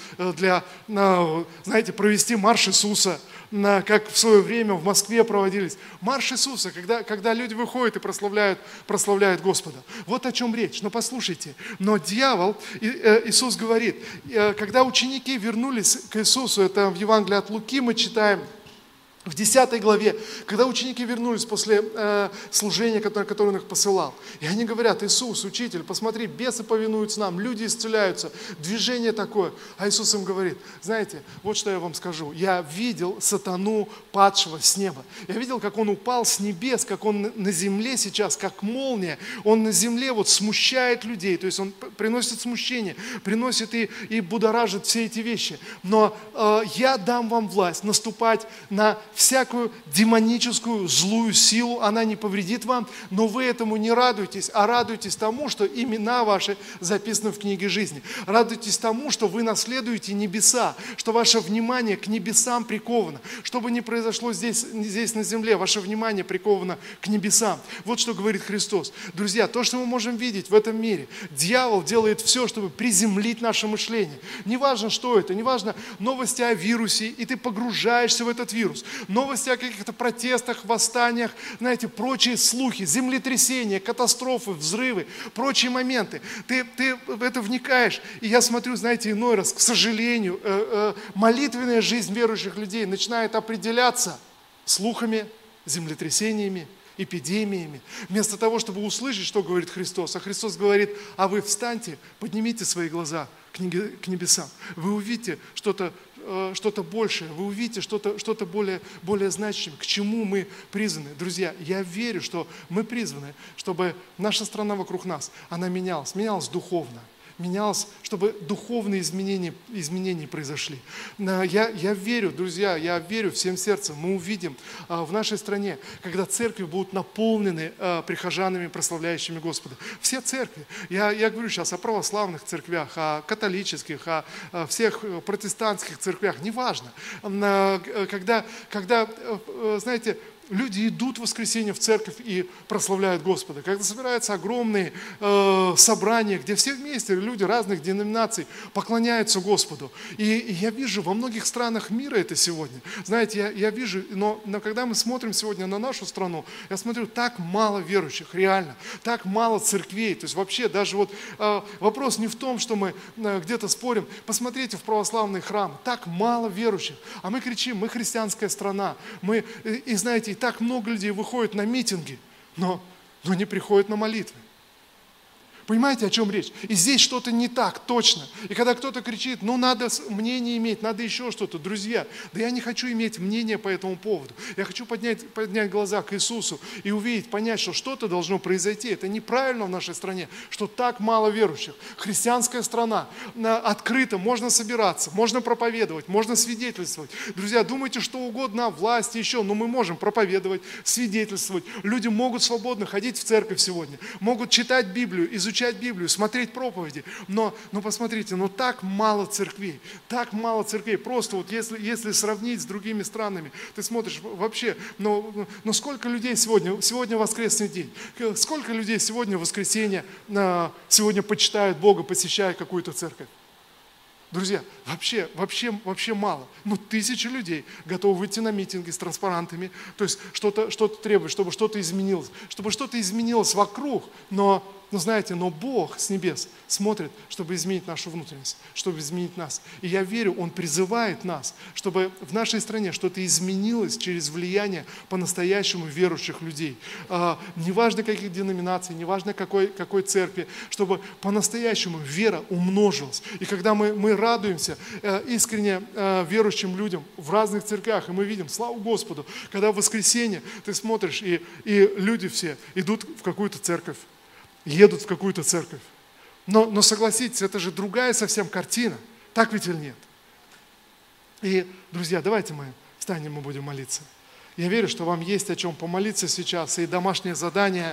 провести марш Иисуса, как в свое время в Москве проводились. Марш Иисуса, когда люди выходят и прославляют Господа. Вот о чем речь. Но послушайте, дьявол, Иисус говорит, когда ученики вернулись к Иисусу, это в Евангелии от Луки мы читаем, в 10 главе, когда ученики вернулись после служения, которое он их посылал, и они говорят: Иисус, учитель, посмотри, бесы повинуются нам, люди исцеляются, движение такое. А Иисус им говорит: знаете, вот что я вам скажу, я видел сатану, падшего с неба. Я видел, как он упал с небес, как он на земле сейчас, как молния, он на земле смущает людей, то есть он приносит смущение, приносит и будоражит все эти вещи. Но я дам вам власть наступать на всякую демоническую злую силу, она не повредит вам, но вы этому не радуйтесь, а радуйтесь тому, что имена ваши записаны в книге жизни. Радуйтесь тому, что вы наследуете небеса, что ваше внимание к небесам приковано. Что бы ни произошло здесь на земле, ваше внимание приковано к небесам. Вот что говорит Христос. Друзья, то, что мы можем видеть в этом мире, дьявол делает все, чтобы приземлить наше мышление. Неважно, что это, неважно новости о вирусе, и ты погружаешься в этот вирус. Новости о каких-то протестах, восстаниях, знаете, прочие слухи, землетрясения, катастрофы, взрывы, прочие моменты. Ты в это вникаешь. И я смотрю, знаете, иной раз, к сожалению, молитвенная жизнь верующих людей начинает определяться слухами, землетрясениями, эпидемиями. Вместо того, чтобы услышать, что говорит Христос. А Христос говорит: а вы встаньте, поднимите свои глаза к небесам. Вы увидите что-то большее, вы увидите что-то более значимое, к чему мы призваны. Друзья, я верю, что мы призваны, чтобы наша страна вокруг нас, она менялась духовно. Менялось, чтобы духовные изменения произошли. Я верю, друзья, я верю всем сердцем, мы увидим в нашей стране, когда церкви будут наполнены прихожанами, прославляющими Господа. Все церкви. Я говорю сейчас о православных церквях, о католических, о всех протестантских церквях, неважно. Когда, знаете, люди идут в воскресенье в церковь и прославляют Господа. Когда собираются огромные собрания, где все вместе, люди разных деноминаций поклоняются Господу. И я вижу во многих странах мира это сегодня. Знаете, я вижу, но когда мы смотрим сегодня на нашу страну, я смотрю, так мало верующих, реально, так мало церквей. То есть вообще даже вот вопрос не в том, что мы где-то спорим. Посмотрите в православный храм, так мало верующих. А мы кричим: мы христианская страна. И знаете, так много людей выходит на митинги, но не приходят на молитвы. Понимаете, о чем речь? И здесь что-то не так, точно. И когда кто-то кричит: надо мнение иметь, надо еще что-то. Друзья, да я не хочу иметь мнение по этому поводу. Я хочу поднять глаза к Иисусу и увидеть, понять, что что-то должно произойти. Это неправильно в нашей стране, что так мало верующих. Христианская страна, открыто, можно собираться, можно проповедовать, можно свидетельствовать. Друзья, думайте что угодно о власти еще, но мы можем проповедовать, свидетельствовать. Люди могут свободно ходить в церковь сегодня, могут читать Библию, изучать Библию, смотреть проповеди, но посмотрите, так мало церквей, просто вот если сравнить с другими странами, ты смотришь вообще, но сколько людей сегодня воскресный день, сколько людей сегодня в воскресенье, сегодня почитают Бога, посещая какую-то церковь? Друзья, вообще мало. 1000 людей готовы выйти на митинги с транспарантами, то есть что-то требует, чтобы что-то изменилось вокруг, но Бог с небес смотрит, чтобы изменить нашу внутренность, чтобы изменить нас. И я верю, Он призывает нас, чтобы в нашей стране что-то изменилось через влияние по-настоящему верующих людей. Неважно каких деноминаций, неважно какой церкви, чтобы по-настоящему вера умножилась. И когда мы радуемся искренне верующим людям в разных церквях, и мы видим, слава Господу, когда в воскресенье ты смотришь, и люди все идут в какую-то церковь, едут в какую-то церковь. Но согласитесь, это же другая совсем картина. Так ведь или нет? И, друзья, давайте мы встанем и будем молиться. Я верю, что вам есть о чем помолиться сейчас, и домашнее задание.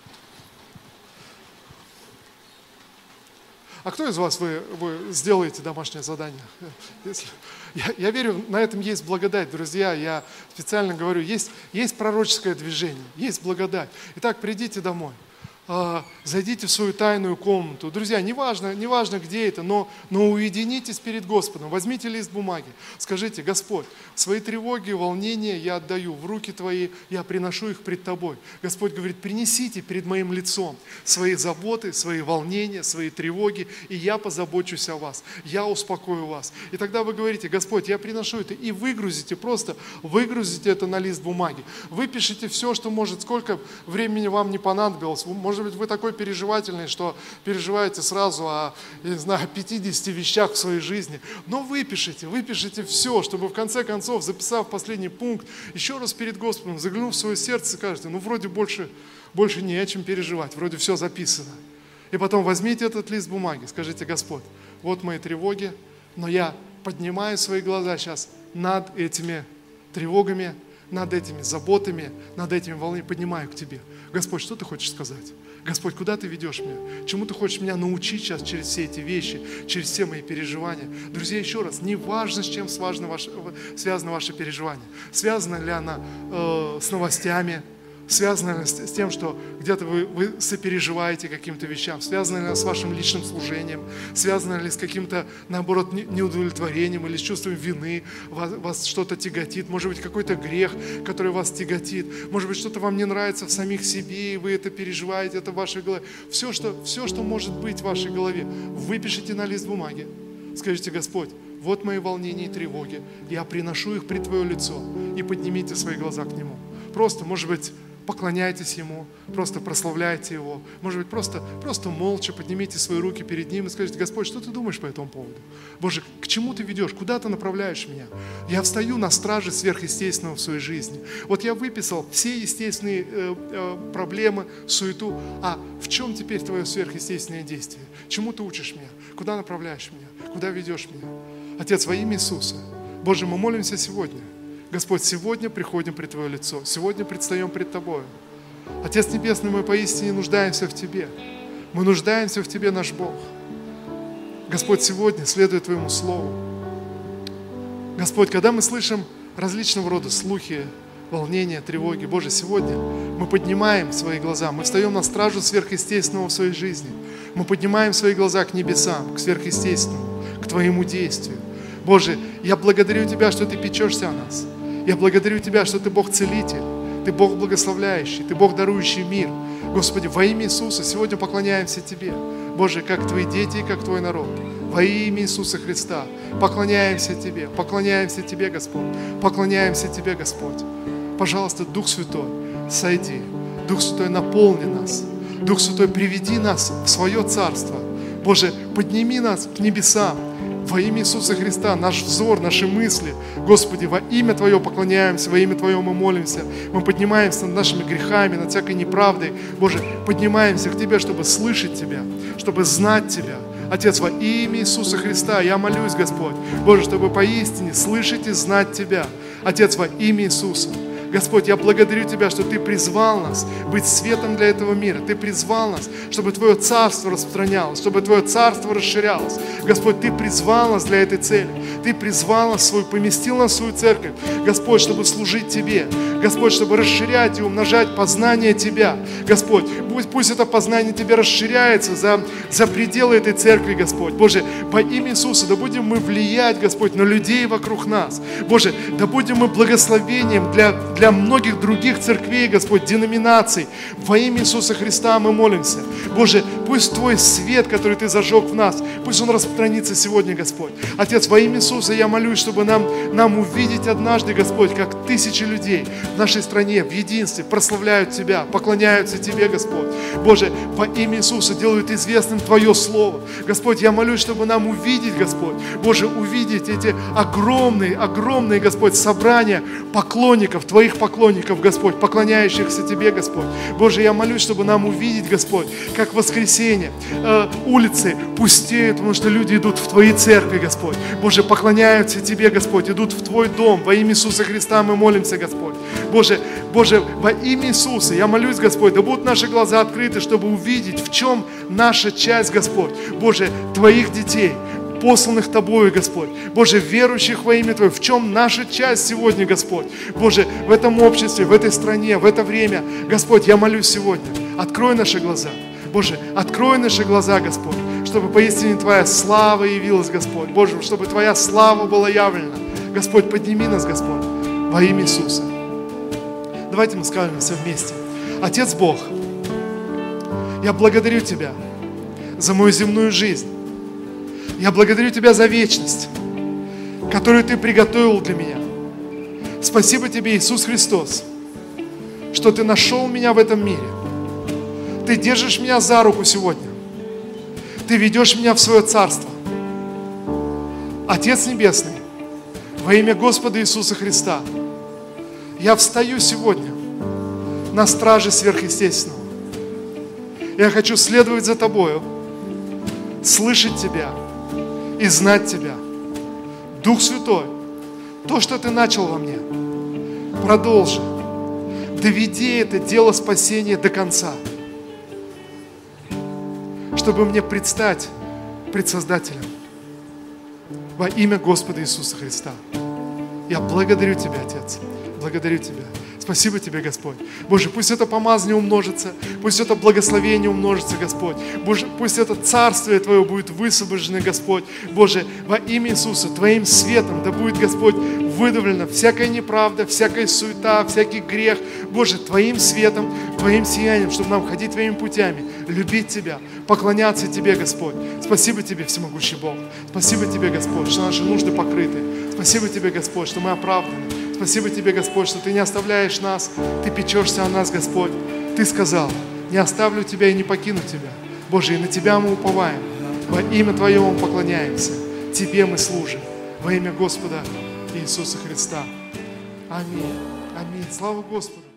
А кто из вас вы сделаете домашнее задание? Я верю, на этом есть благодать, друзья. Я специально говорю, есть пророческое движение, есть благодать. Итак, придите домой. Зайдите в свою тайную комнату. Друзья, неважно где это, но уединитесь перед Господом. Возьмите лист бумаги. Скажите: Господь, свои тревоги, волнения я отдаю в руки Твои, я приношу их пред Тобой. Господь говорит: принесите перед моим лицом свои заботы, свои волнения, свои тревоги, и я позабочусь о вас, я успокою вас. И тогда вы говорите: Господь, я приношу это, и выгрузите это на лист бумаги. Выпишите все, что может, сколько времени вам не понадобилось. Может быть, вы такой переживательный, что переживаете сразу о 50 вещах в своей жизни. Но выпишите все, чтобы в конце концов, записав последний пункт, еще раз перед Господом, заглянув в свое сердце, скажете: вроде больше не о чем переживать, вроде все записано. И потом возьмите этот лист бумаги, скажите: Господь, вот мои тревоги, но я поднимаю свои глаза сейчас над этими тревогами, над этими заботами, над этими волнениями, поднимаю к Тебе. Господь, что Ты хочешь сказать? Господь, куда Ты ведешь меня? Чему Ты хочешь меня научить сейчас через все эти вещи, через все мои переживания? Друзья, еще раз, не важно, с чем связано ваше переживание. Связано ли оно с новостями, связано ли с тем, что где-то вы сопереживаете каким-то вещам, связано ли с вашим личным служением, связано ли с каким-то, наоборот, неудовлетворением или с чувством вины, вас что-то тяготит, может быть, какой-то грех, который вас тяготит, может быть, что-то вам не нравится в самих себе, и вы это переживаете, это в вашей голове. Все, что может быть в вашей голове, выпишите на лист бумаги. Скажите: Господь, вот мои волнения и тревоги, я приношу их пред Твое лицо, и поднимите свои глаза к Нему. Просто, может быть, поклоняйтесь Ему, просто прославляйте Его. Может быть, просто молча поднимите свои руки перед Ним и скажите: Господь, что Ты думаешь по этому поводу? Боже, к чему Ты ведешь? Куда Ты направляешь меня? Я встаю на страже сверхъестественного в своей жизни. Вот я выписал все естественные проблемы, суету. А в чем теперь Твое сверхъестественное действие? Чему Ты учишь меня? Куда направляешь меня? Куда ведешь меня? Отец, во имя Иисуса, Боже, мы молимся сегодня. Господь, сегодня приходим пред Твое лицо, сегодня предстаем пред Тобою. Отец Небесный, мы поистине нуждаемся в Тебе. Мы нуждаемся в Тебе, наш Бог. Господь, сегодня, следуя Твоему Слову, Господь, когда мы слышим различного рода слухи, волнения, тревоги, Боже, сегодня мы поднимаем свои глаза, мы встаем на стражу сверхъестественного в своей жизни. Мы поднимаем свои глаза к небесам, к сверхъестественному, к Твоему действию. Боже, я благодарю Тебя, что Ты печешься о нас. Я благодарю Тебя, что Ты Бог-целитель, Ты Бог благословляющий, Ты Бог, дарующий мир. Господи, во имя Иисуса сегодня поклоняемся Тебе. Боже, как Твои дети и как Твой народ. Во имя Иисуса Христа поклоняемся Тебе, Господь. Поклоняемся Тебе, Господь. Пожалуйста, Дух Святой, сойди. Дух Святой, наполни нас. Дух Святой, приведи нас в Свое Царство. Боже, подними нас к небесам. Во имя Иисуса Христа, наш взор, наши мысли, Господи, во имя Твое поклоняемся, во имя Твое мы молимся. Мы поднимаемся над нашими грехами, над всякой неправдой. Боже, поднимаемся к Тебе, чтобы слышать Тебя, чтобы знать Тебя. Отец, во имя Иисуса Христа я молюсь, Господь, Боже, чтобы поистине слышать и знать Тебя. Отец, во имя Иисуса. Господь, я благодарю Тебя, что Ты призвал нас быть светом для этого мира. Ты призвал нас, чтобы Твое Царство распространялось, чтобы Твое Царство расширялось. Господь, Ты призвал нас для этой цели. Ты призвал нас, поместил нас в свою церковь, Господь, чтобы служить Тебе. Господь, чтобы расширять и умножать познание Тебя. Господь, пусть это познание Тебя расширяется за пределы этой церкви, Господь. Боже, во имя Иисуса, да будем мы влиять, Господь, на людей вокруг нас. Боже, да будем мы благословением для многих других церквей, Господь, деноминаций. Во имя Иисуса Христа мы молимся. Боже, пусть Твой свет, который Ты зажег в нас, пусть он распространится сегодня, Господь. Отец, во имя Иисуса я молюсь, чтобы нам увидеть однажды, Господь, как тысячи людей в нашей стране в единстве прославляют Тебя, поклоняются Тебе, Господь. Боже, во имя Иисуса делают известным Твое Слово. Господь, я молюсь, чтобы нам увидеть, Господь, Боже, увидеть эти огромные, Господь, собрания поклонников, Твоих поклонников, Господь, поклоняющихся Тебе, Господь. Боже, я молюсь, чтобы нам увидеть, Господь, как в воскресенье улицы пустеют, потому что люди идут в Твои церкви, Господь. Боже, поклоняются Тебе, Господь, идут в Твой дом. Во имя Иисуса Христа мы молимся, Господь. Боже, во имя Иисуса я молюсь, Господь, да будут наши глаза открыты, чтобы увидеть, в чем наша часть, Господь. Боже, Твоих детей, посланных Тобою, Господь. Боже, верующих во имя Твое, в чем наша часть сегодня, Господь. Боже, в этом обществе, в этой стране, в это время, Господь, я молюсь сегодня, открой наши глаза. Боже, открой наши глаза, Господь, чтобы поистине Твоя слава явилась, Господь. Боже, чтобы Твоя слава была явлена. Господь, подними нас, Господь, во имя Иисуса. Давайте мы скажем все вместе. Отец Бог, я благодарю Тебя за мою земную жизнь. Я благодарю Тебя за вечность, которую Ты приготовил для меня. Спасибо Тебе, Иисус Христос, что Ты нашел меня в этом мире. Ты держишь меня за руку сегодня. Ты ведешь меня в свое Царство. Отец Небесный, во имя Господа Иисуса Христа, я встаю сегодня на страже сверхъестественного. Я хочу следовать за Тобою, слышать Тебя и знать Тебя. Дух Святой, то, что Ты начал во мне, продолжи. Доведи это дело спасения до конца, чтобы мне предстать пред Создателем. Во имя Господа Иисуса Христа. Я благодарю Тебя, Отец. Благодарю Тебя. Спасибо Тебе, Господь. Боже, пусть это помазание умножится, пусть это благословение умножится, Господь. Боже, пусть это Царствие Твое будет высвобождено, Господь. Боже, во имя Иисуса, Твоим светом да будет, Господь, выдавлена всякая неправда, всякая суета, всякий грех. Боже, Твоим светом, Твоим сиянием, чтобы нам ходить Твоими путями, любить Тебя, поклоняться Тебе, Господь. Спасибо Тебе, всемогущий Бог. Спасибо Тебе, Господь, что наши нужды покрыты. Спасибо Тебе, Господь, что мы оправданы. Спасибо Тебе, Господь, что Ты не оставляешь нас, Ты печешься о нас, Господь. Ты сказал: не оставлю Тебя и не покину Тебя. Боже, и на Тебя мы уповаем. Во имя Твое мы поклоняемся. Тебе мы служим. Во имя Господа Иисуса Христа. Аминь. Аминь. Слава Господу.